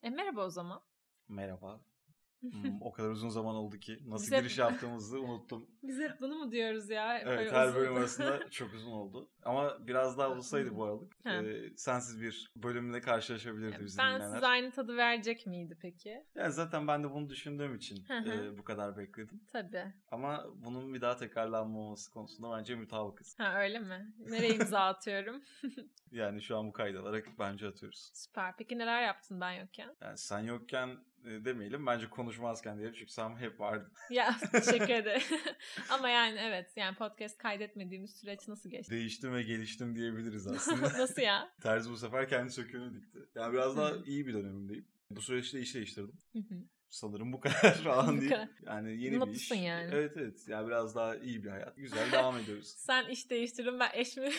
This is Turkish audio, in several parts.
Merhaba o zaman. Merhaba. O kadar uzun zaman oldu ki nasıl Biz giriş yaptığımızı unuttum. Biz hep bunu mu diyoruz ya? Evet, Böyle her uzun. bölüm arasında çok uzun oldu. Ama biraz daha uzasaydı bu aralık sensiz bir bölümle karşılaşabilirdi bizim Ben dinleyenler. size aynı tadı verecek miydi peki? Yani zaten ben de bunu düşündüğüm için bu kadar bekledim. Tabii. Ama bunun bir daha tekrarlanmaması konusunda bence mutabıkız. Öyle mi? Nereye imza atıyorum? Yani şu an bu kaydalarak bence atıyoruz. Süper. Peki neler yaptın ben yokken? Yani sen yokken demeyelim, bence konuşmazken diyelim çünkü sen hep vardın. Ya teşekkür ederim. Ama yani evet, yani podcast kaydetmediğimiz süreç nasıl geçti? Değiştim ve geliştim diyebiliriz aslında. Nasıl ya? Terzi bu sefer kendi söküğünü dikti. Yani biraz daha iyi bir dönemimdeyim. Bu süreçte iş değiştirdim. Sanırım bu kadar falan değil. Yani yeni bir iş. Yani. Evet. Yani biraz daha iyi bir hayat. Güzel, devam ediyoruz. Sen iş değiştirdin, ben eş mi?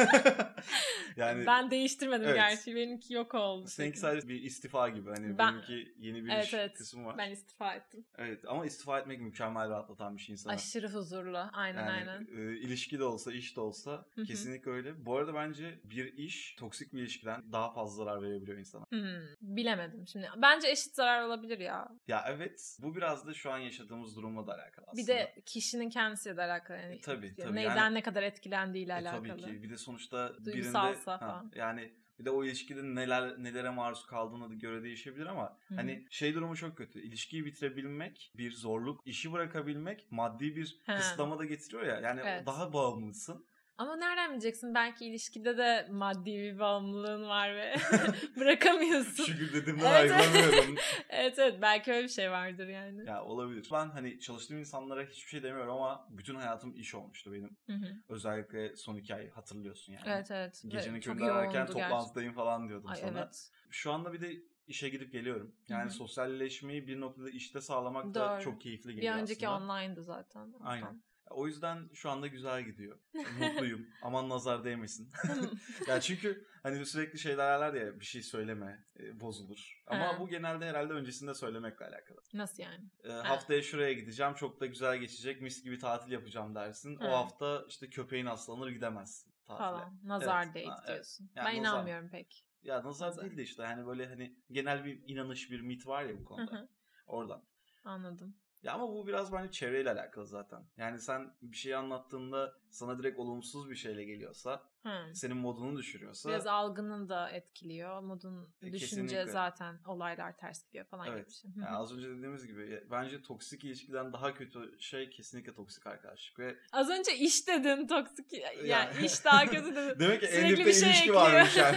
Yani ben değiştirmedim gerçi. Benimki yok oldu. Seninki sadece bir istifa gibi. Hani benimki yeni bir iş kısmı var. Ben istifa ettim. Evet, ama istifa etmek mükemmel rahatlatan bir şey insana. Aşırı huzurlu. Aynen. İlişki de olsa, iş de olsa kesinlikle öyle. Bu arada bence bir iş toksik bir ilişkiden daha fazla zarar verebiliyor insana. Bilemedim şimdi. Bence eşit zarar olabilir ya. Ya evet. Bu biraz da şu an yaşadığımız durumla da alakalı aslında. Bir de kişinin kendisiyle de alakalı. Yani tabii. Neyden yani, ne kadar etkilendiğiyle alakalı. Tabii ki. Bir de sonuçta duygusalsa falan. Yani bir de o ilişkide nelere maruz kaldığına da göre değişebilir ama hani durumu çok kötü. İlişkiyi bitirebilmek bir zorluk, işi bırakabilmek maddi bir kısıtlama da getiriyor ya. Yani daha bağımlısın. Ama nereden bileceksin? Belki ilişkide de maddi bir bağımlılığın var ve bırakamıyorsun. Şükür dediğimden ayrılamıyorum. Evet. Belki öyle bir şey vardır yani. Ya olabilir. Ben hani çalıştığım insanlara hiçbir şey demiyorum ama bütün hayatım iş olmuştu benim. Özellikle son 2 ay hatırlıyorsun yani. Evet. Gecenin köründe ararken toplantıdayım falan diyordum sana. Evet. Şu anda bir de işe gidip geliyorum. Yani sosyalleşmeyi bir noktada işte sağlamak da çok keyifli geliyor aslında. Bir önceki online'dı zaten. Aynen. O yüzden şu anda güzel gidiyor. Mutluyum. Aman nazar değmesin. Ya çünkü hani sürekli şeyler derler ya, bir şey söyleme bozulur. Ama bu genelde herhalde öncesinde söylemekle alakalı. Nasıl yani? Haftaya şuraya gideceğim, çok da güzel geçecek, mis gibi tatil yapacağım dersin. O hafta işte köpeğin hastalanır, gidemezsin tatile. Falan. Nazar değdi diyorsun. Yani ben inanmıyorum pek. Ya nazar değil de işte hani böyle hani genel bir inanış, bir mit var ya bu konuda. Oradan. Anladım. Ya ama bu biraz bence çevreyle alakalı zaten. Yani sen bir şey anlattığında sana direkt olumsuz bir şeyle geliyorsa, senin modunu düşürüyorsa. Biraz algının da etkiliyor. Modun düşünce kesinlikle. Zaten olaylar ters gidiyor falan gibi bir şey. Yani az önce dediğimiz gibi bence toksik ilişkiden daha kötü şey kesinlikle toksik arkadaşlık. Ve az önce iş dedin, toksik yani iş daha kötü dedin. Demek ki en dipte ilişki varmış yani.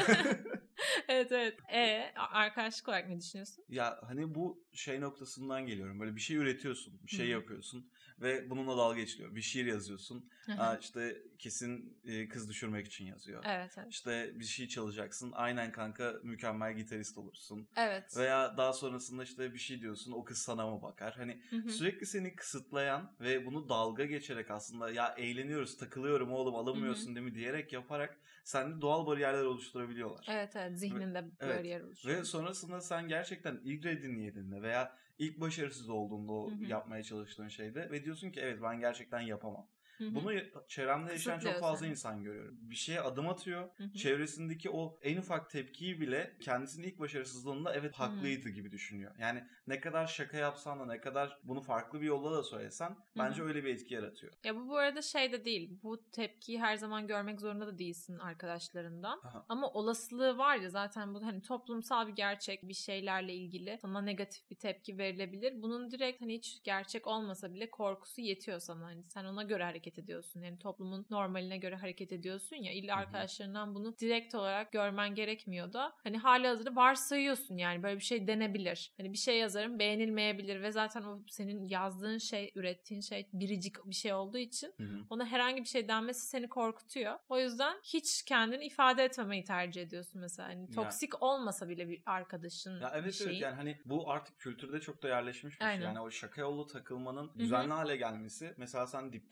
Evet. Arkadaşlık olarak ne düşünüyorsun? Ya hani bu şey noktasından geliyorum. Böyle bir şey üretiyorsun, bir şey yapıyorsun ve bununla dalga geçiliyor. Bir şiir yazıyorsun. İşte kesin kız düşürmek için yazıyor. Evet. İşte bir şey çalacaksın. Aynen kanka, mükemmel gitarist olursun. Evet. Veya daha sonrasında işte bir şey diyorsun. O kız sana mı bakar? Hani sürekli seni kısıtlayan ve bunu dalga geçerek aslında ya eğleniyoruz, takılıyorum oğlum, alınmıyorsun değil mi diyerek yaparak sende doğal bariyerler oluşturabiliyorlar. Evet. Zihninde bariyer oluşuyor. Ve sonrasında sen gerçekten ilk redini yediğinde veya ilk başarısız olduğunda o yapmaya çalıştığın şeyde ve diyorsun ki evet, ben gerçekten yapamam. Bunu çevremde yaşayan çok fazla insan görüyorum. Bir şeye adım atıyor. Çevresindeki o en ufak tepkiyi bile kendisinin ilk başarısızlığında evet haklıydı gibi düşünüyor. Yani ne kadar şaka yapsan da, ne kadar bunu farklı bir yolla da söylesen bence öyle bir etki yaratıyor. Ya bu arada şey de değil. Bu tepkiyi her zaman görmek zorunda da değilsin arkadaşlarından. Ama olasılığı var ya, zaten bu hani toplumsal bir gerçek, bir şeylerle ilgili sana negatif bir tepki verilebilir. Bunun direkt hani hiç gerçek olmasa bile korkusu yetiyor sana. Hani sen ona göre hareket ediyorsun. Yani toplumun normaline göre hareket ediyorsun ya. İlla arkadaşlarından bunu direkt olarak görmen gerekmiyor da. Hani halihazırda varsayıyorsun yani böyle bir şey denebilir. Hani bir şey yazarım, beğenilmeyebilir ve zaten o senin yazdığın şey, ürettiğin şey biricik bir şey olduğu için ona herhangi bir şey denmesi seni korkutuyor. O yüzden hiç kendini ifade etmemeyi tercih ediyorsun mesela. Hani toksik olmasa bile bir arkadaşın bir şeyin. Evet, yani hani bu artık kültürde çok da yerleşmiş bir şey. Yani o şaka yolu takılmanın düzenli hale gelmesi. Mesela sen dipteyken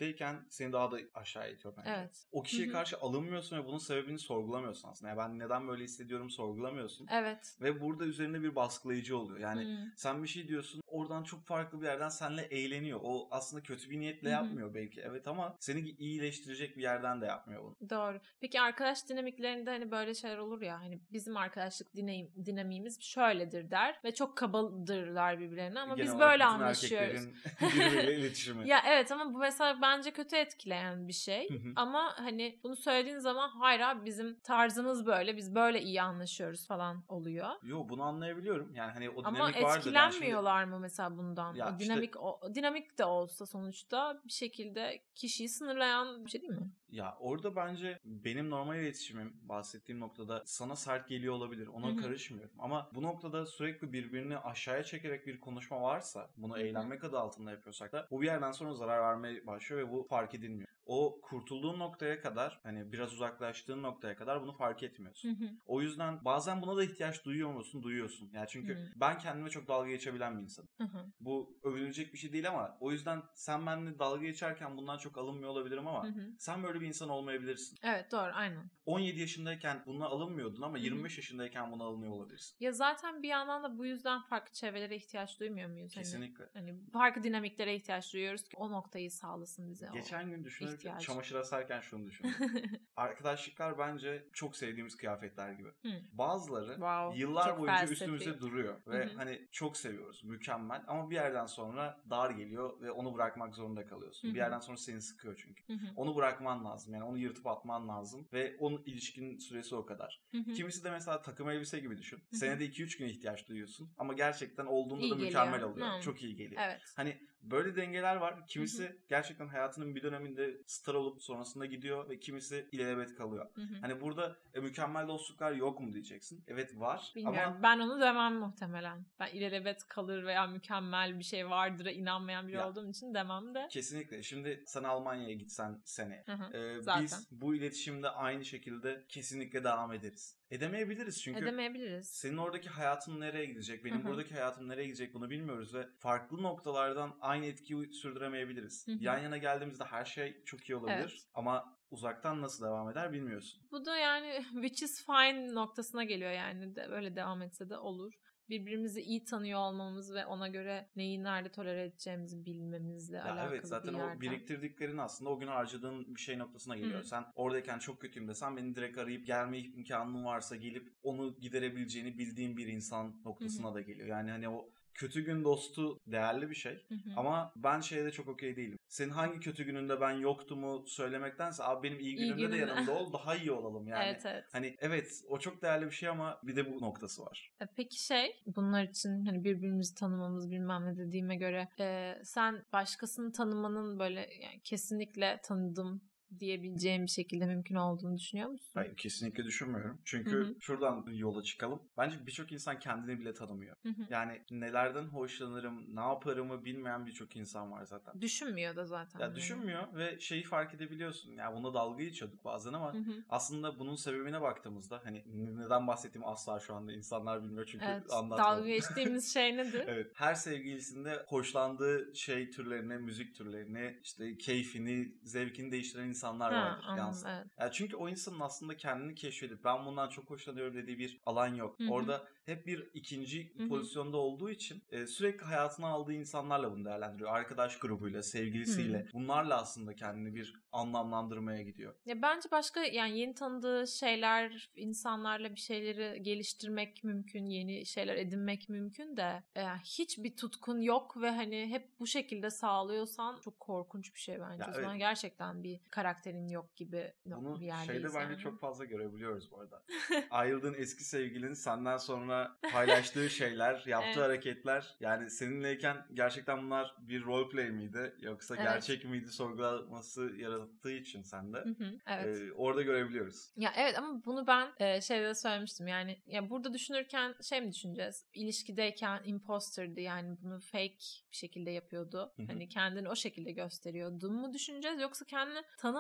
seni daha da aşağı itiyor bence. Evet. O kişiye karşı alınmıyorsun ve bunun sebebini sorgulamıyorsun aslında. Yani ben neden böyle hissediyorum sorgulamıyorsun. Evet. Ve burada üzerinde bir baskılayıcı oluyor. Yani sen bir şey diyorsun, oradan çok farklı bir yerden seninle eğleniyor. O aslında kötü bir niyetle yapmıyor belki. Evet, ama seni iyileştirecek bir yerden de yapmıyor bunu. Doğru. Peki arkadaş dinamiklerinde hani böyle şeyler olur ya, hani bizim arkadaşlık dinamiğimiz şöyledir der ve çok kabaldırlar birbirlerine ama Genel biz olarak böyle bütün anlaşıyoruz. erkeklerin birbiriyle iletişimi. Ya evet, ama bu mesela bence kötü etkileyen bir şey. Ama hani bunu söylediğin zaman hayır abi bizim tarzımız böyle, biz böyle iyi anlaşıyoruz falan oluyor. Yo, bunu anlayabiliyorum. Yani hani o ama dinamik vardır. etkilenmiyorlar mı mesela bundan? Ya O dinamik o dinamik de olsa sonuçta bir şekilde kişiyi sınırlayan bir şey değil mi? Ya orada bence benim normal iletişimim bahsettiğim noktada sana sert geliyor olabilir. Ona karışmıyorum. Ama bu noktada sürekli birbirini aşağıya çekerek bir konuşma varsa, bunu eğlenmek adı altında yapıyorsak da bu bir yerden sonra zarar vermeye başlıyor ve bu fark edilmiyor. O kurtulduğun noktaya kadar, hani biraz uzaklaştığın noktaya kadar bunu fark etmiyorsun. O yüzden bazen buna da ihtiyaç duyuyor musun? Duyuyorsun. Yani çünkü ben kendime çok dalga geçebilen bir insanım. Bu övünülecek bir şey değil ama o yüzden sen benimle dalga geçerken bundan çok alınmıyor olabilirim ama sen böyle bir insan olmayabilirsin. Evet, doğru, aynen. 17 yaşındayken buna alınmıyordun ama 25 yaşındayken buna alınıyor olabilirsin. Ya zaten bir yandan da bu yüzden farklı çevrelere ihtiyaç duymuyor muyuz? Kesinlikle. Hani farklı dinamiklere ihtiyaç duyuyoruz ki o noktayı sağlasın bize. Geçen gün düşünürken, çamaşır asarken şunu düşündüm. Arkadaşlıklar bence çok sevdiğimiz kıyafetler gibi. Bazıları yıllar boyunca üstümüzde duruyor ve hani çok seviyoruz, mükemmel, ama bir yerden sonra dar geliyor ve onu bırakmak zorunda kalıyorsun. Bir yerden sonra seni sıkıyor çünkü. Onu bırakman lazım, yani onu yırtıp atman lazım ve onun ilişkinin süresi o kadar. Kimisi de mesela takım elbise gibi düşün. Senede 2-3 güne ihtiyaç duyuyorsun ama gerçekten olduğunda da mükemmel oluyor. Çok iyi geliyor. Evet. Hani böyle dengeler var. Kimisi gerçekten hayatının bir döneminde star olup sonrasında gidiyor ve kimisi ilelebet kalıyor. Hani burada mükemmel dostluklar yok mu diyeceksin. Evet, var. Bilmiyorum. Ama ben onu demem muhtemelen. Ben ilelebet kalır veya mükemmel bir şey vardır'a inanmayan biri olduğum için demem de. Kesinlikle. Şimdi sen Almanya'ya gitsen seneye. Biz bu iletişimde aynı şekilde kesinlikle devam ederiz. Edemeyebiliriz çünkü. Edemeyebiliriz. Senin oradaki hayatın nereye gidecek, benim buradaki hayatım nereye gidecek bunu bilmiyoruz ve farklı noktalardan aynı etkiyi sürdüremeyebiliriz. Yan yana geldiğimizde her şey çok iyi olabilir ama uzaktan nasıl devam eder bilmiyorsun. Bu da yani which is fine noktasına geliyor, yani de böyle devam etse de olur. Birbirimizi iyi tanıyor olmamız ve ona göre neyi nerede tolere edeceğimizi bilmemizle alakalı evet, zaten bir yerden. o biriktirdiklerin aslında o gün harcadığın bir şey noktasına geliyor. Sen oradayken çok kötüyüm desen beni direkt arayıp gelme imkanın varsa gelip onu giderebileceğini bildiğin bir insan noktasına da geliyor. Yani hani o kötü gün dostu değerli bir şey. Ama ben şeyde çok okey değilim. Senin hangi kötü gününde ben yoktumu söylemektense abi benim iyi günümde de yanımda ol, daha iyi olalım yani. Evet. Hani evet, o çok değerli bir şey ama bir de bu noktası var. Peki bunlar için hani birbirimizi tanımamız bilmem ne dediğime göre sen başkasını tanımanın böyle yani kesinlikle tanıdım diyebileceğim bir şekilde mümkün olduğunu düşünüyor musun? Hayır, kesinlikle düşünmüyorum. Çünkü şuradan yola çıkalım. Bence birçok insan kendini bile tanımıyor. Yani nelerden hoşlanırım, ne yaparımı bilmeyen birçok insan var zaten. Düşünmüyor da zaten. Ya düşünmüyor ve şeyi fark edebiliyorsun. Ya buna dalga geçiyorduk bazen ama aslında bunun sebebine baktığımızda hani neden bahsettiğimi asla şu anda insanlar bilmiyor çünkü anlatmadım. Dalga geçtiğimiz şey nedir? Evet. Her sevgilisinde hoşlandığı şey türlerini, müzik türlerini, işte keyfini, zevkini değiştiren insanlar vardır. Evet. Yani çünkü o insanın aslında kendini keşfedip ben bundan çok hoşlanıyorum dediği bir alan yok. Orada hep bir ikinci pozisyonda olduğu için sürekli hayatına aldığı insanlarla bunu değerlendiriyor. Arkadaş grubuyla, sevgilisiyle. Bunlarla aslında kendini bir anlamlandırmaya gidiyor. Ya bence başka yani yeni tanıdığı şeyler, insanlarla bir şeyleri geliştirmek mümkün, yeni şeyler edinmek mümkün de hiçbir tutkun yok ve hani hep bu şekilde sağlıyorsan çok korkunç bir şey bence. O zaman gerçekten bir karakterin yok gibi bunu bir yerdeyiz. Bunu bence çok fazla görebiliyoruz bu arada. Ayrıldığın eski sevgilinin senden sonra paylaştığı şeyler, yaptığı hareketler, yani seninleyken gerçekten bunlar bir roleplay miydi yoksa gerçek miydi sorgulaması yarattığı için sende. Orada görebiliyoruz. Ya evet, ama bunu ben şeyde söylemiştim, yani ya burada düşünürken mi düşüneceğiz? İlişkideyken imposter'dı, yani bunu fake bir şekilde yapıyordu. Hani kendini o şekilde gösteriyordu mu düşüneceğiz, yoksa kendini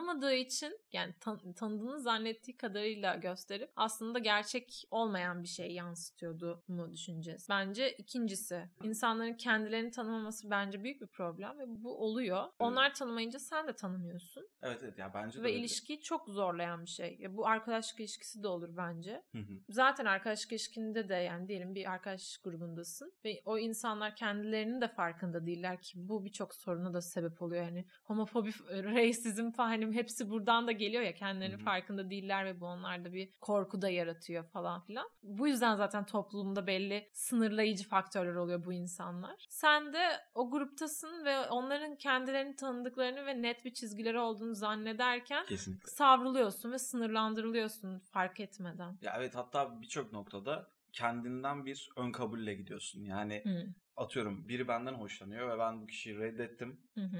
tanımadığı için yani tanıdığını zannettiği kadarıyla gösterip aslında gerçek olmayan bir şey yansıtıyordu mu düşüneceğiz. Bence ikincisi, insanların kendilerini tanımaması bence büyük bir problem ve bu oluyor. Onlar tanımayınca sen de tanımıyorsun. Evet ya bence de ve öyle. ilişkiyi çok zorlayan bir şey. Ya bu arkadaşlık ilişkisi de olur bence. Zaten arkadaşlık ilişkinde de yani diyelim bir arkadaş grubundasın ve o insanlar kendilerinin de farkında değiller ki bu birçok soruna da sebep oluyor. Yani homofobi, racism falan hani hepsi buradan da geliyor ya, kendilerinin farkında değiller ve bu onlarda bir korku da yaratıyor falan filan. Bu yüzden zaten toplumda belli sınırlayıcı faktörler oluyor bu insanlar. Sen de o gruptasın ve onların kendilerini tanıdıklarını ve net bir çizgileri olduğunu zannederken kesinlikle savruluyorsun ve sınırlandırılıyorsun fark etmeden. Ya evet, hatta birçok noktada kendinden bir ön kabulle gidiyorsun. Yani atıyorum biri benden hoşlanıyor ve ben bu kişiyi reddettim.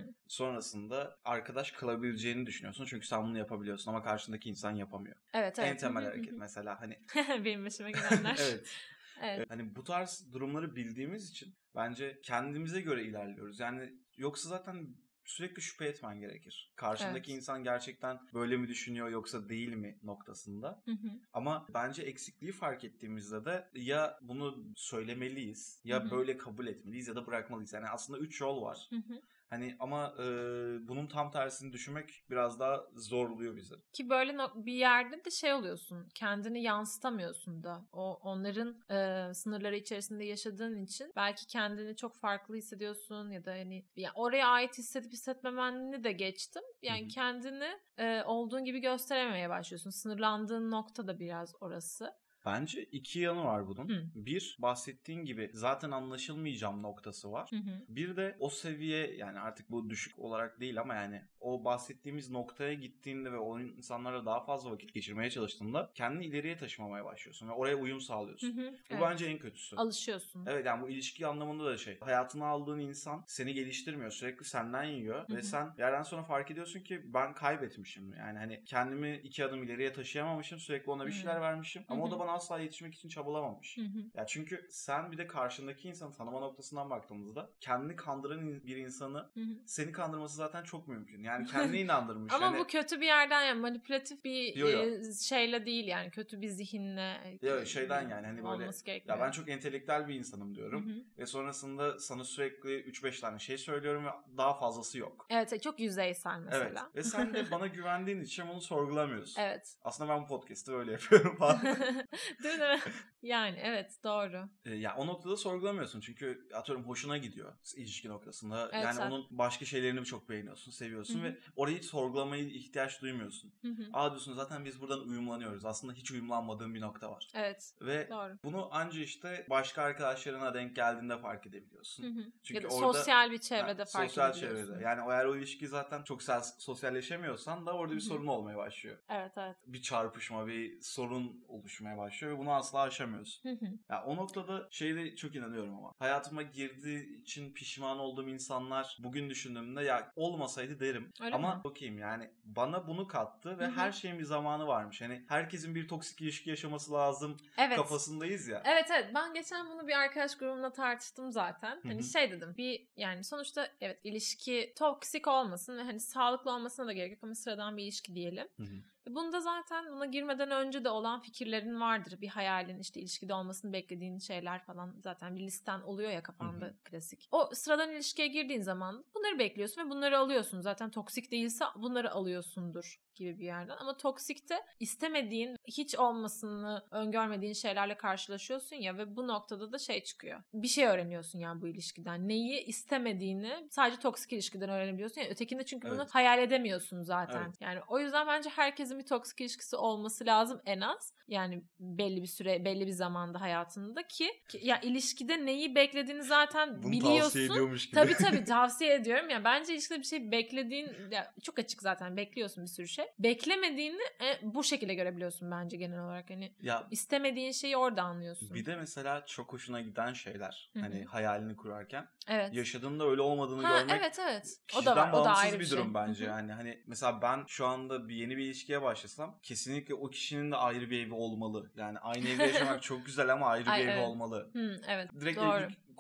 Sonrasında arkadaş kılabileceğini düşünüyorsun. Çünkü sen bunu yapabiliyorsun ama karşındaki insan yapamıyor. Evet. En temel hareket mesela hani. Benim başıma gelenler. Evet. Hani bu tarz durumları bildiğimiz için bence kendimize göre ilerliyoruz. Yani yoksa zaten sürekli şüphe etmen gerekir. Karşındaki insan gerçekten böyle mi düşünüyor yoksa değil mi noktasında. Ama bence eksikliği fark ettiğimizde de ya bunu söylemeliyiz ya böyle kabul etmeliyiz ya da bırakmalıyız. Yani aslında 3 yol var. Hani ama bunun tam tersini düşünmek biraz daha zorluyor bizi. Ki böyle bir yerde de şey oluyorsun. Kendini yansıtamıyorsun da. Onların sınırları içerisinde yaşadığın için belki kendini çok farklı hissediyorsun ya da hani yani oraya ait hissedip hissetmemenini de geçtim. Yani kendini olduğun gibi gösterememeye başlıyorsun. Sınırlandığın nokta da biraz orası. Bence 2 yanı var bunun. Bir, bahsettiğin gibi zaten anlaşılmayacağım noktası var. Bir de o seviye, yani artık bu düşük olarak değil ama yani o bahsettiğimiz noktaya gittiğinde ve o insanlarla daha fazla vakit geçirmeye çalıştığında kendini ileriye taşımamaya başlıyorsun ve oraya uyum sağlıyorsun. Bu bence en kötüsü. Alışıyorsun. Evet, yani bu ilişki anlamında da hayatına aldığın insan seni geliştirmiyor. Sürekli senden yiyor ve sen yerden sonra fark ediyorsun ki ben kaybetmişim. Yani hani kendimi 2 adım ileriye taşıyamamışım. Sürekli ona bir şeyler vermişim. Ama o da bana asla yetişmek için çabalamamış. Ya çünkü sen bir de karşındaki insanı tanıma noktasından baktığımızda kendini kandıran bir insanı seni kandırması zaten çok mümkün. Yani kendine inandırmış. Ama yani... bu kötü bir yerden, yani manipülatif bir şeyle değil, yani kötü bir zihinle şeyden yani hani böyle ya ben çok entelektüel bir insanım diyorum ve sonrasında sana sürekli 3-5 tane şey söylüyorum ve daha fazlası yok. Evet, çok yüzeysel mesela. Evet ve sen de bana güvendiğin için bunu sorgulamıyorsun. Evet. Aslında ben bu podcast'ı öyle yapıyorum falan. Değil mi? Yani evet, doğru. Ya o noktada sorgulamıyorsun çünkü atıyorum hoşuna gidiyor ilişki noktasında. Evet, yani onun başka şeylerini çok beğeniyorsun, seviyorsun ve orayı hiç sorgulamaya ihtiyaç duymuyorsun. Diyorsun zaten biz buradan uyumlanıyoruz. Aslında hiç uyumlanmadığın bir nokta var. Evet. Ve doğru. bunu anca işte başka arkadaşlarına denk geldiğinde fark edebiliyorsun. Çünkü ya da orada sosyal bir çevrede fark edebiliyorsun. Sosyal çevrede. Yani eğer o ilişki zaten çok sosyalleşemiyorsan da orada bir sorun olmaya başlıyor. Evet. Bir çarpışma, bir sorun oluşmaya başlıyor ve bunu asla aşamıyorsun. Ya o noktada de çok inanıyorum ama. Hayatıma girdiği için pişman olduğum insanlar bugün düşündüğümde ya olmasaydı derim. Öyle ama mi? bakayım yani bana bunu kattı ve her şeyin bir zamanı varmış. Hani herkesin bir toksik ilişki yaşaması lazım kafasındayız ya. Evet. Ben geçen bunu bir arkadaş grubumla tartıştım zaten. Hani dedim. Yani sonuçta evet, ilişki toksik olmasın ve hani sağlıklı olmasına da gerek yok ama sıradan bir ilişki diyelim. Bunda zaten buna girmeden önce de olan fikirlerin vardır. Bir hayalin, işte ilişkide olmasını beklediğin şeyler falan, zaten bir listen oluyor ya kafanda, klasik. O sıradan ilişkiye girdiğin zaman bunları bekliyorsun ve bunları alıyorsun. Zaten toksik değilse bunları alıyorsundur gibi bir yerden. Ama toksikte istemediğin, hiç olmasını öngörmediğin şeylerle karşılaşıyorsun ya ve bu noktada da çıkıyor. Bir şey öğreniyorsun yani bu ilişkiden. Neyi istemediğini sadece toksik ilişkiden öğrenebiliyorsun. Yani ötekinde çünkü bunu hayal edemiyorsun zaten. Yani o yüzden bence herkesin bir toksik ilişkisi olması lazım en az. Yani belli bir süre, belli bir zamanda hayatında ki ya ilişkide neyi beklediğini zaten bunu biliyorsun. Tavsiye ediyormuş gibi. Tabii tavsiye ediyorum. Ya bence ilişkide bir şey beklediğin, ya çok açık zaten, bekliyorsun bir sürü şey. Beklemediğini bu şekilde görebiliyorsun bence genel olarak. Hani istemediğin şeyi orada anlıyorsun. Bir de mesela çok hoşuna giden şeyler. Hani hayalini kurarken. Evet. Yaşadığında öyle olmadığını görmek. Evet. Kişiden bağımsız bir durum bence. Yani hani mesela ben şu anda yeni bir ilişkiye başlasam kesinlikle o kişinin de ayrı bir evi olmalı. Yani aynı evde yaşamak çok güzel ama ayrı bir evi olmalı. Evet. Direkt doğru.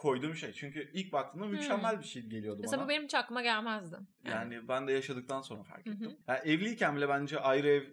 koyduğum şey. Çünkü ilk baktığımda mükemmel bir şey geliyordu mesela bana. Bu benim hiç aklıma gelmezdi. Yani ben de yaşadıktan sonra fark ettim. Yani evliyken bile bence ayrı ev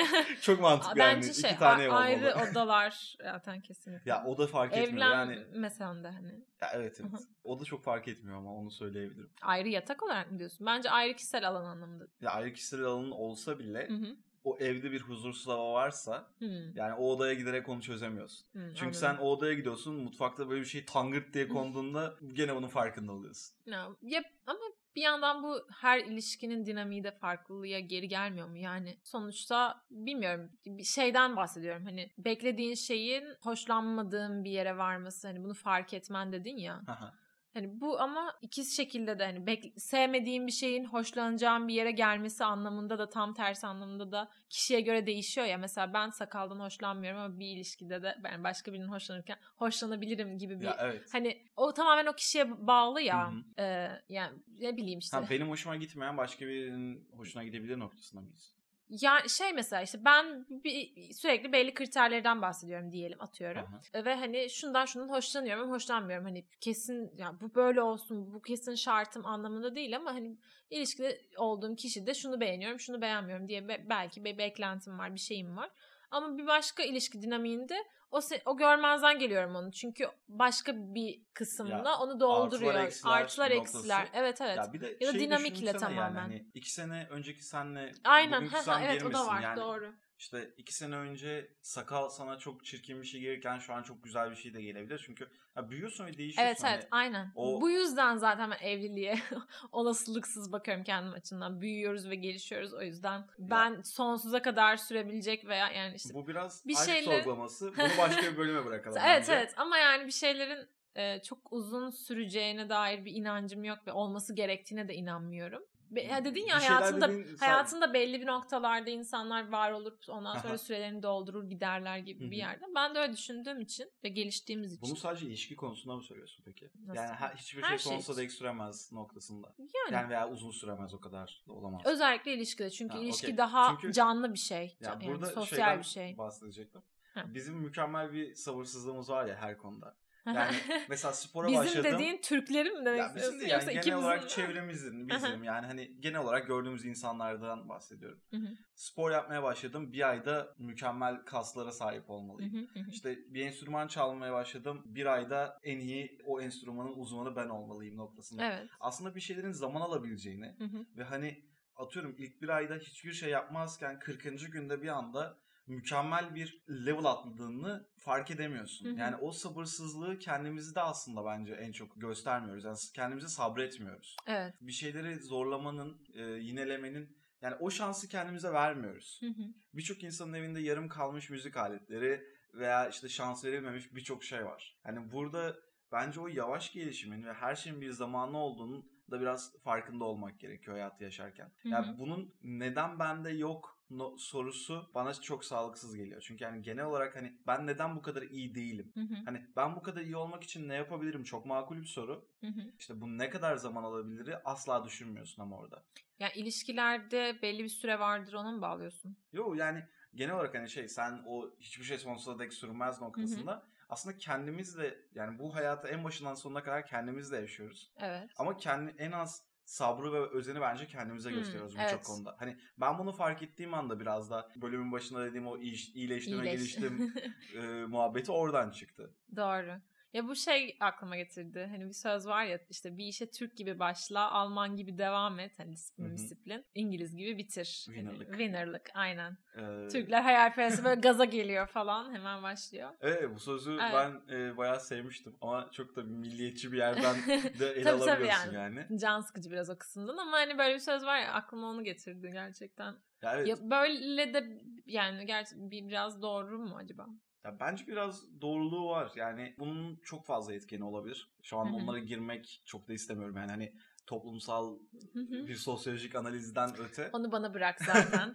çok mantıklı bence yani. 2 tane ev olmalı. Ayrı odalar zaten kesinlikle. Ya o da fark etmiyor yani. Evlenmesen de hani. Ya evet. O da çok fark etmiyor ama onu söyleyebilirim. Ayrı yatak olarak mı diyorsun? Bence ayrı kişisel alan anlamında. Ya ayrı kişisel alanın olsa bile o evde bir huzursuz hava varsa yani o odaya giderek onu çözemiyorsun. Çünkü anladım. Sen o odaya gidiyorsun, mutfakta böyle bir şey tangırt diye konduğunda gene bunun farkında oluyorsun. Ya, ama bir yandan bu her ilişkinin dinamiği de farklılığa geri gelmiyor mu? Yani sonuçta bilmiyorum, bir şeyden bahsediyorum. Hani beklediğin şeyin hoşlanmadığın bir yere varması, hani bunu fark etmen dedin ya. Hani bu ama ikisi şekilde de hani sevmediğim bir şeyin hoşlanacağım bir yere gelmesi anlamında da tam tersi anlamında da kişiye göre değişiyor ya. Mesela ben sakaldan hoşlanmıyorum ama bir ilişkide de ben başka birinin hoşlanırken hoşlanabilirim gibi bir hani o tamamen o kişiye bağlı ya. Yani ne bileyim işte. Benim hoşuma gitmeyen başka birinin hoşuna gidebilir noktasında mıyız? Ya mesela işte ben sürekli belli kriterlerden bahsediyorum diyelim, atıyorum. Ve hani şundan hoşlanıyorum ama hoşlanmıyorum. Hani kesin ya bu böyle olsun, bu kesin şartım anlamında değil ama hani ilişkide olduğum kişi de şunu beğeniyorum, şunu beğenmiyorum diye belki bir beklentim var, bir şeyim var. Ama bir başka ilişki dinamiğinde o görmezden geliyorum onu. Çünkü başka bir kısımla onu dolduruyor. Artılar eksiler. Evet. Ya, bir de ya da dinamikle tamamen. Yani hani 2 sene önceki senle aynen. bugünkü sen evet, o da var. Yani, doğru. İşte 2 sene önce sakal sana çok çirkin bir şey gelirken şu an çok güzel bir şey de gelebilir. Çünkü büyüyorsun ve değişiyorsun. Evet aynen. Bu yüzden zaten ben evliliğe olasılıksız bakıyorum kendim açımdan. Büyüyoruz ve gelişiyoruz. O yüzden ben sonsuza kadar sürebilecek veya yani işte. Bu biraz aşk sorgulaması. Bunu başka bir bölüme bırakalım bence. Evet ama yani bir şeylerin çok uzun süreceğine dair bir inancım yok ve olması gerektiğine de inanmıyorum. Dedin ya hayatında belli bir noktalarda insanlar var olup ondan sonra sürelerini doldurur giderler gibi bir yerde. Ben de öyle düşündüğüm için ve geliştiğimiz için. Bunu sadece ilişki konusunda mı söylüyorsun peki? Nasıl? Yani hiçbir şey sonsuza dek süremez noktasında. Yani veya uzun süremez, o kadar da olamaz. Özellikle ilişkide. Çünkü ilişki daha canlı bir şey. Yani burada sosyal bir şey. Bahsedecektim. Bizim mükemmel bir sabırsızlığımız var ya her konuda. Yani mesela spora başladım. Bizim dediğin Türklerin mi demek istiyorsun? Bizim de yani genel olarak çevremizin, bizim yani hani genel olarak gördüğümüz insanlardan bahsediyorum. Spor yapmaya başladım. Bir ayda mükemmel kaslara sahip olmalıyım. İşte bir enstrüman çalmaya başladım. Bir ayda en iyi o enstrümanın uzmanı ben olmalıyım noktasında. Evet. Aslında bir şeylerin zaman alabileceğini ve hani atıyorum ilk bir ayda hiçbir şey yapmazken 40. günde bir anda mükemmel bir level atladığını fark edemiyorsun. Yani o sabırsızlığı kendimizde aslında bence en çok göstermiyoruz. Yani kendimize sabretmiyoruz. Evet. Bir şeyleri zorlamanın, yinelemenin yani o şansı kendimize vermiyoruz. Birçok insanın evinde yarım kalmış müzik aletleri veya işte şans verilmemiş birçok şey var. Yani burada bence o yavaş gelişimin ve her şeyin bir zamanı olduğunun da biraz farkında olmak gerekiyor hayatı yaşarken. Yani bunun neden bende yok sorusu bana çok sağlıksız geliyor. Çünkü yani genel olarak hani ben neden bu kadar iyi değilim? Hani ben bu kadar iyi olmak için ne yapabilirim? Çok makul bir soru. İşte bu ne kadar zaman alabilir asla düşünmüyorsun ama orada. Yani ilişkilerde belli bir süre vardır, ona mı bağlıyorsun? Yok yani genel olarak hani sen o hiçbir şey sonsuza dek sürmez noktasında aslında kendimizle yani bu hayatı en başından sonuna kadar kendimizle yaşıyoruz. Evet. Ama en az sabrı ve özeni bence kendimize gösteriyoruz birçok konuda. Hani ben bunu fark ettiğim anda biraz da bölümün başında dediğim o iyileştim ve geliştim muhabbeti oradan çıktı. Doğru. Ya bu aklıma getirdi. Hani bir söz var ya, işte bir işe Türk gibi başla, Alman gibi devam et. Hani disiplin. İngiliz gibi bitir. Winner'lık aynen. Türkler hayalperest böyle gaza geliyor falan, hemen başlıyor. Evet, bu sözü ben bayağı sevmiştim ama çok da milliyetçi bir yerden de ele alabiliyorsun yani. Can sıkıcı biraz o kısımdan ama hani böyle bir söz var ya, aklıma onu getirdi gerçekten. Ya evet. Ya böyle de yani biraz doğru mu acaba? Ya bence biraz doğruluğu var. Yani bunun çok fazla etkeni olabilir. Şu an onlara girmek çok da istemiyorum. Yani hani toplumsal bir sosyolojik analizden öte. Onu bana bırak zaten.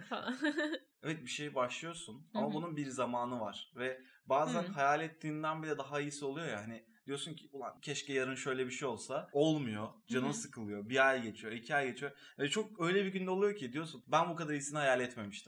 Evet, bir şey başlıyorsun ama bunun bir zamanı var. Ve bazen hayal ettiğinden bile daha iyisi oluyor ya. Hani diyorsun ki ulan keşke yarın şöyle bir şey olsa. Olmuyor. Canın sıkılıyor. Bir ay geçiyor, 2 ay geçiyor. Çok öyle bir günde oluyor ki diyorsun ben bu kadar iyisini hayal etmemiştim.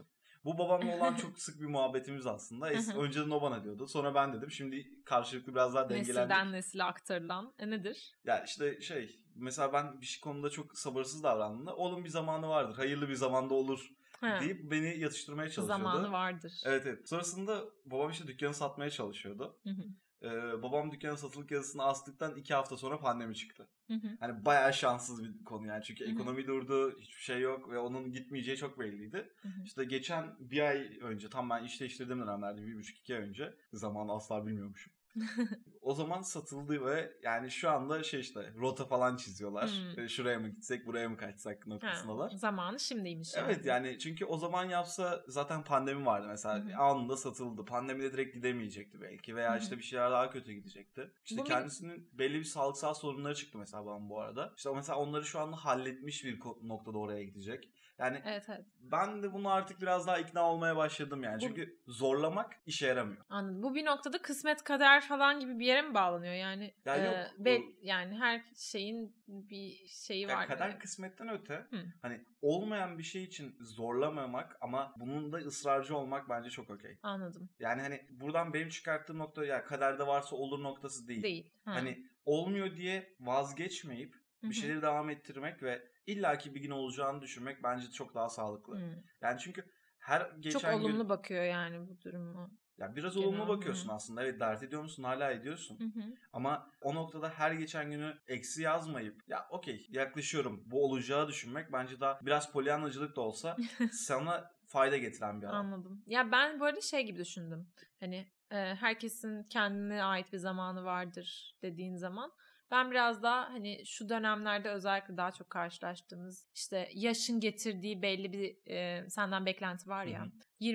Bu babamla olan çok sık bir muhabbetimiz aslında. Önceden o bana diyordu. Sonra ben dedim. Şimdi karşılıklı biraz daha dengelendik. Nesilden nesile aktarılan. Nedir? Ya işte mesela ben bir konuda çok sabırsız davrandığımda oğlum bir zamanı vardır. Hayırlı bir zamanda olur deyip beni yatıştırmaya çalışıyordu. Zamanı vardır. Evet. Sonrasında babam işte dükkanı satmaya çalışıyordu. Babam dükkanın satılık yazısını astıktan 2 hafta sonra pandemi çıktı. Hani bayağı şanssız bir konu yani. Çünkü ekonomi durdu, hiçbir şey yok ve onun gitmeyeceği çok belliydi. İşte geçen bir ay önce, tam ben iş değiştirdiğim dönemlerde 1,5-2 ay önce, zamanı asla bilmiyormuşum. O zaman satıldı ve yani şu anda rota falan çiziyorlar. Şuraya mı gitsek, buraya mı kaçsak noktasındalar. Zamanı şimdiymiş yani. Evet yani çünkü o zaman yapsa zaten pandemi vardı mesela. Anında satıldı. Pandemide direkt gidemeyecekti belki veya işte bir şeyler daha kötü gidecekti. İşte kendisinin belli bir sağlıksal sorunları çıktı mesela bana bu arada. İşte mesela onları şu anda halletmiş bir noktada oraya gidecek. Yani evet. Ben de bunu artık biraz daha ikna olmaya başladım yani. Çünkü zorlamak işe yaramıyor. Anladım. Bu bir noktada kısmet kader falan gibi bir yere mi bağlanıyor? Yani ya yok. Yani her şeyin bir şeyi var. Kader kısmetten öte hani olmayan bir şey için zorlamamak ama bunun da ısrarcı olmak bence çok okey. Anladım. Yani hani buradan benim çıkarttığım nokta ya kaderde varsa olur noktası değil. Ha. Hani olmuyor diye vazgeçmeyip bir şeyleri devam ettirmek ve illaki bir gün olacağını düşünmek bence çok daha sağlıklı. Yani çünkü her geçen çok olumlu bakıyor yani bu durumu. Ya biraz olumlu bakıyorsun aslında. Evet, dert ediyor musun? Hala ediyorsun. Ama o noktada her geçen günü eksi yazmayıp ya okey yaklaşıyorum bu olacağı düşünmek bence daha biraz polyanacılık da olsa sana fayda getiren bir alan. Anladım. Ya ben bu arada gibi düşündüm. Hani herkesin kendine ait bir zamanı vardır dediğin zaman. Ben biraz daha hani şu dönemlerde özellikle daha çok karşılaştığımız işte yaşın getirdiği belli bir senden beklenti var ya.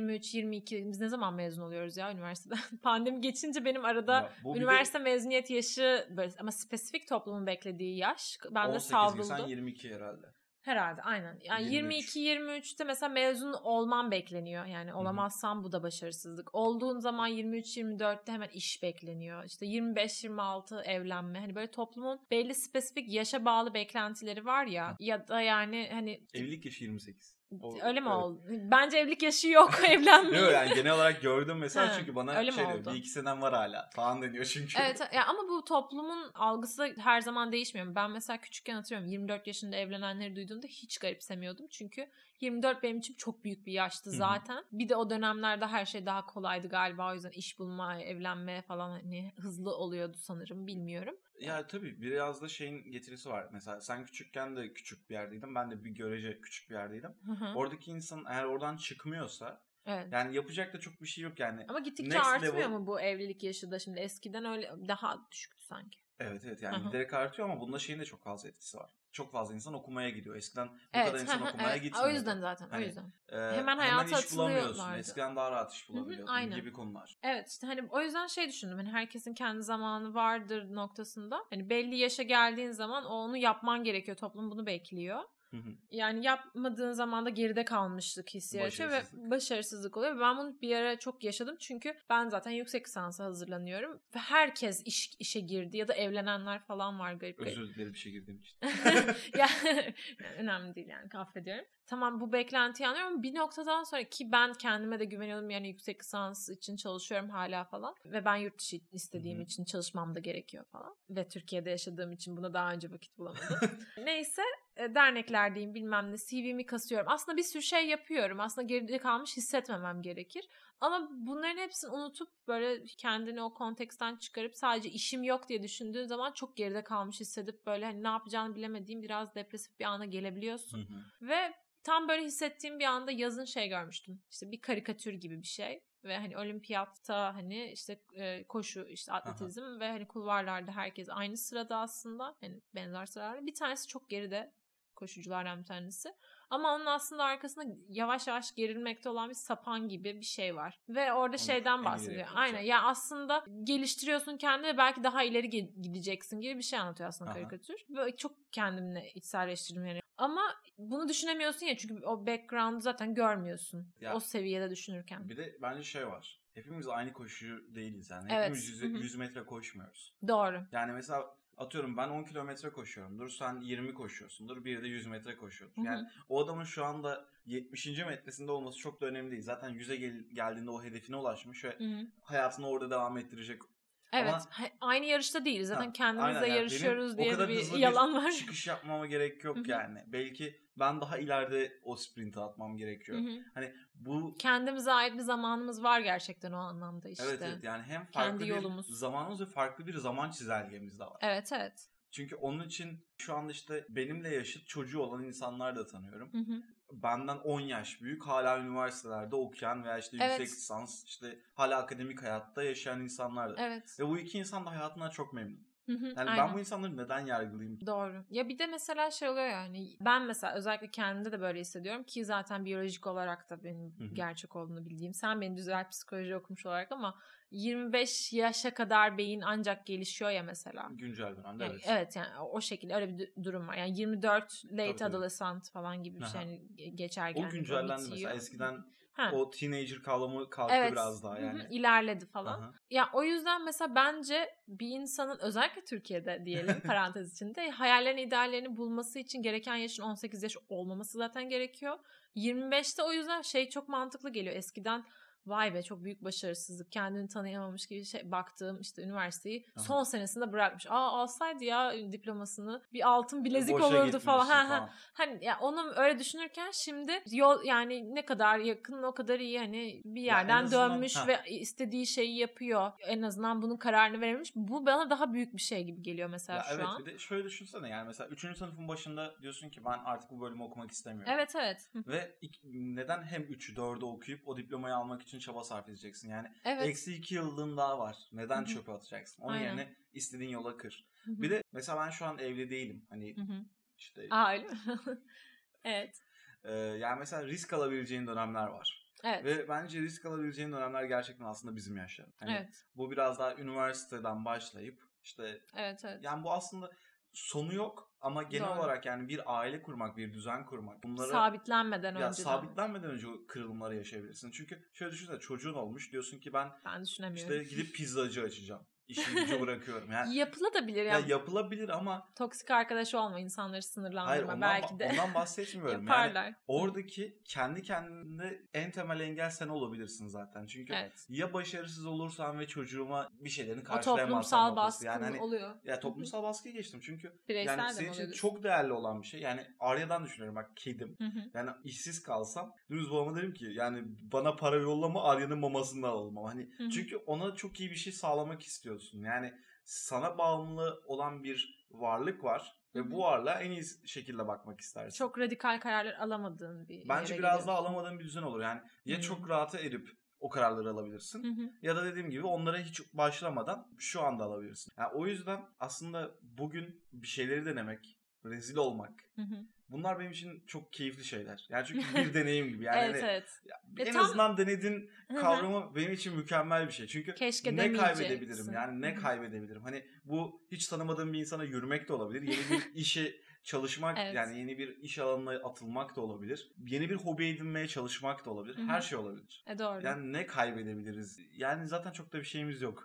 23-22 biz ne zaman mezun oluyoruz ya üniversiteden? Pandemi geçince benim arada üniversite mezuniyet yaşı böyle ama spesifik toplumun beklediği yaş. Ben de savruldu. 18 sen 22 herhalde. Herhalde aynen. Yani 22-23'te mesela mezun olman bekleniyor. Yani olamazsan bu da başarısızlık. Olduğun zaman 23-24'te hemen iş bekleniyor. İşte 25-26 evlenme. Hani böyle toplumun belli spesifik yaşa bağlı beklentileri var ya. Ya da yani hani... Evlilik yaşı 28. Öyle mi oldu? Bence evlilik yaşı yok, evlenmeyin. Yok yani genel olarak gördüm mesela çünkü bana diyor 1-2 senem var hala falan deniyor çünkü. Evet ya ama bu toplumun algısı her zaman değişmiyor. Ben mesela küçükken hatırlıyorum 24 yaşında evlenenleri duyduğumda hiç garipsemiyordum. Çünkü 24 benim için çok büyük bir yaştı zaten. Bir de o dönemlerde her şey daha kolaydı galiba. O yüzden iş bulma, evlenme falan hani hızlı oluyordu sanırım, bilmiyorum. Ya tabii biraz da şeyin getirisi var. Mesela sen küçükken de küçük bir yerdeydin. Ben de bir görece küçük bir yerdeydim. Oradaki insan eğer oradan çıkmıyorsa yani yapacak da çok bir şey yok yani. Ama gittikçe artmıyor mu bu evlilik yaşı da şimdi? Eskiden öyle daha düşüktü sanki. Evet yani giderek artıyor ama bunda şeyin de çok fazla etkisi var. Çok fazla insan okumaya gidiyor. Eskiden bu kadar insan okumaya gitmiyordu. O yüzden zaten hani, o yüzden. Hemen hayata iş bulamıyorsun. Eskiden daha rahat iş bulabiliyordun gibi konular. Evet işte hani o yüzden düşündüm. Hani herkesin kendi zamanı vardır noktasında. Hani belli yaşa geldiğin zaman onu yapman gerekiyor. Toplum bunu bekliyor. Yani yapmadığın zaman da geride kalmışlık hissi yaratıyor ve başarısızlık oluyor. Ben bunu bir ara çok yaşadım çünkü ben zaten yüksek lisansa hazırlanıyorum ve herkes işe girdi ya da evlenenler falan var garip. Özür dilerim işe girdiğim için. yani önemli değil yani affediyorum. Tamam bu beklentiyi anlıyorum ama bir noktadan sonra ki ben kendime de güveniyordum yani yüksek lisans için çalışıyorum hala falan ve ben yurt dışı istediğim için çalışmam da gerekiyor falan ve Türkiye'de yaşadığım için buna daha önce vakit bulamadım. Neyse derneklerdeyim bilmem ne CV'mi kasıyorum. Aslında bir sürü şey yapıyorum. Aslında geride kalmış hissetmemem gerekir. Ama bunların hepsini unutup böyle kendini o konteksten çıkarıp sadece işim yok diye düşündüğün zaman çok geride kalmış hissedip böyle hani ne yapacağını bilemediğin biraz depresif bir ana gelebiliyorsun. Ve tam böyle hissettiğim bir anda yazın görmüştüm. İşte bir karikatür gibi bir şey. Ve hani olimpiyatta hani işte koşu işte atletizm ve hani kulvarlarda herkes aynı sırada aslında. Yani benzer sıralarda. Bir tanesi çok geride koşuculardan bir tanesi. Ama onun aslında arkasında yavaş yavaş gerilmekte olan bir sapan gibi bir şey var. Ve orada şeyden bahsediyor. Aynen. Ya aslında geliştiriyorsun kendini ve belki daha ileri gideceksin gibi bir şey anlatıyor aslında karikatür. Ve çok kendimle içselleştirdim yani. Ama bunu düşünemiyorsun ya çünkü o background'u zaten görmüyorsun. Ya, o seviyede düşünürken. Bir de bence var. Hepimiz aynı koşucu değiliz yani. Hepimiz 100 metre koşmuyoruz. Doğru. Yani mesela atıyorum ben 10 kilometre koşuyorumdur. Sen 20 koşuyorsundur. Bir de 100 metre koşuyordur. Yani o adamın şu anda 70. metresinde olması çok da önemli değil. Zaten 100'e geldiğinde o hedefine ulaşmış ve hayatını orada devam ettirecek. Evet. Ama, aynı yarışta değiliz. Zaten kendimizle yani yarışıyoruz diye bir yalan var. Çıkış yapmama gerek yok yani. Belki ben daha ileride o sprinti atmam gerekiyor. Hani bu kendimize ait bir zamanımız var gerçekten o anlamda işte. Evet yani hem farklı bir zamanımız ve farklı bir zaman çizelgemiz de var. Evet. Çünkü onun için şu anda işte benimle yaşıt çocuğu olan insanlar da tanıyorum. Benden 10 yaş büyük, hala üniversitelerde okuyan veya işte yüksek lisans, işte hala akademik hayatta yaşayan insanlar da. Evet. Ve bu iki insan da hayatından çok memnun. Yani aynen. Ben bu insanları neden yargılayayım? Doğru. Ya bir de mesela şey oluyor yani, ben mesela özellikle kendimde de böyle hissediyorum ki zaten biyolojik olarak da benim gerçek olduğunu bildiğim. Sen beni düzelt psikoloji okumuş olarak ama 25 yaşa kadar beyin ancak gelişiyor ya mesela. Güncel dönemde yani, evet yani o şekilde öyle bir durum var. Yani 24 late tabii. adolescent falan gibi bir şey yani geçerken. O güncellendi mesela. Eskiden o teenager kavramı kalktı biraz daha yani. İlerledi falan. Ya o yüzden mesela bence bir insanın özellikle Türkiye'de diyelim parantez içinde hayallerini, ideallerini bulması için gereken yaşın 18 yaş olmaması zaten gerekiyor. 25'te o yüzden çok mantıklı geliyor. Eskiden vay be çok büyük başarısızlık, kendini tanıyamamış gibi baktığım işte üniversiteyi son senesinde bırakmış. Alsaydı ya diplomasını, bir altın bilezik boşa olurdu falan. Hani ya onu öyle düşünürken şimdi yol yani ne kadar yakın o kadar iyi, hani bir yerden dönmüş ve istediği şeyi yapıyor. En azından bunun kararını verememiş. Bu bana daha büyük bir şey gibi geliyor mesela şu an. Evet, bir de şöyle düşünsene yani mesela 3. sınıfın başında diyorsun ki ben artık bu bölümü okumak istemiyorum. Evet. Ve neden hem 3'ü 4'ü okuyup o diplomayı almak için çaba sarf edeceksin? Yani eksi 2 yıllığın daha var. Neden çöpe atacaksın? Onun yerine istediğin yola kır. Bir de mesela ben şu an evli değilim. Hani işte. Öyle mi? Evet. Yani mesela risk alabileceğin dönemler var. Evet. Ve bence risk alabileceğin dönemler gerçekten aslında bizim yaşlarımız. Hani bu biraz daha üniversiteden başlayıp işte. Evet. Yani bu aslında sonu yok ama genel olarak yani bir aile kurmak, bir düzen kurmak. Bunları sabitlenmeden önce. Sabitlenmeden önce o kırılımları yaşayabilirsin. Çünkü şöyle düşünsene, çocuğun olmuş, diyorsun ki ben düşünemiyorum. İşte gidip pizzacı açacağım. İşi gücü bırakıyorum. Yani yapılabilir ya. Yapılabilir ama toksik arkadaş olma, insanları sınırlandırma belki de. Ondan bahsetmiyorum. Yaparlar. Yani oradaki kendi kendine en temel engel sen olabilirsin zaten. Çünkü ya başarısız olursan ve çocuğuma bir şeylerini karşılayamazsan. O toplumsal baskı oluyor. Ya toplumsal baskıyı geçtim çünkü bireysel yani senin için çok değerli olan bir şey. Yani Arya'dan düşünüyorum, bak kedim. Yani işsiz kalsam dümdüz babama derim ki yani bana para yollama, Arya'nın mamasını da alalım. Hani çünkü ona çok iyi bir şey sağlamak istiyorsun. Yani sana bağımlı olan bir varlık var ve bu varlığa en iyi şekilde bakmak istersin. Çok radikal kararlar alamadığın bir bence biraz daha alamadığın bir düzen olur. Yani ya çok rahata erip o kararları alabilirsin ya da dediğim gibi onlara hiç başlamadan şu anda alabilirsin. Yani o yüzden aslında bugün bir şeyleri denemek, rezil olmak, bunlar benim için çok keyifli şeyler. Yani çünkü bir deneyim gibi. Yani evet. En azından denedin kavramı benim için mükemmel bir şey. Çünkü ne kaybedebilirim? Yani ne kaybedebilirim? Hani bu hiç tanımadığım bir insana yürümek de olabilir. Yeni bir işe çalışmak, yani yeni bir iş alanına atılmak da olabilir. Yeni bir hobi edinmeye çalışmak da olabilir. Her şey olabilir. Doğru. Yani ne kaybedebiliriz? Yani zaten çok da bir şeyimiz yok.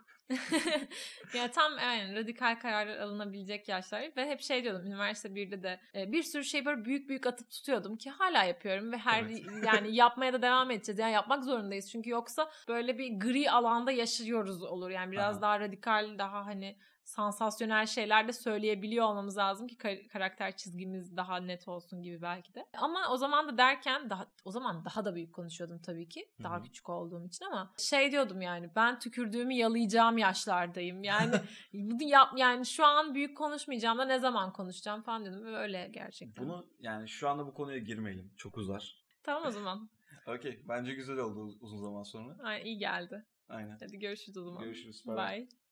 Ya tam radikal kararlar alınabilecek yaşlar ve hep diyordum üniversite 1'de de bir sürü şey böyle büyük atıp tutuyordum ki hala yapıyorum ve yani yapmaya da devam edeceğiz. Yani yapmak zorundayız çünkü yoksa böyle bir gri alanda yaşıyoruz olur. Yani biraz daha radikal, daha hani sansasyonel şeyler de söyleyebiliyor olmamız lazım ki karakter çizgimiz daha net olsun gibi belki de. Ama o zaman da derken o zaman daha da büyük konuşuyordum tabii ki. Daha küçük olduğum için ama diyordum yani ben tükürdüğümü yalayacağım yaşlardayım. Yani yani şu an büyük konuşmayacağım da ne zaman konuşacağım falan dedim ve öyle gerçekten. Bunu yani şu anda bu konuya girmeyelim. Çok uzar. Tamam o zaman. Okey. Bence güzel oldu uzun zaman sonra. Ay, iyi geldi. Aynen. Hadi görüşürüz o zaman. Görüşürüz. Bye.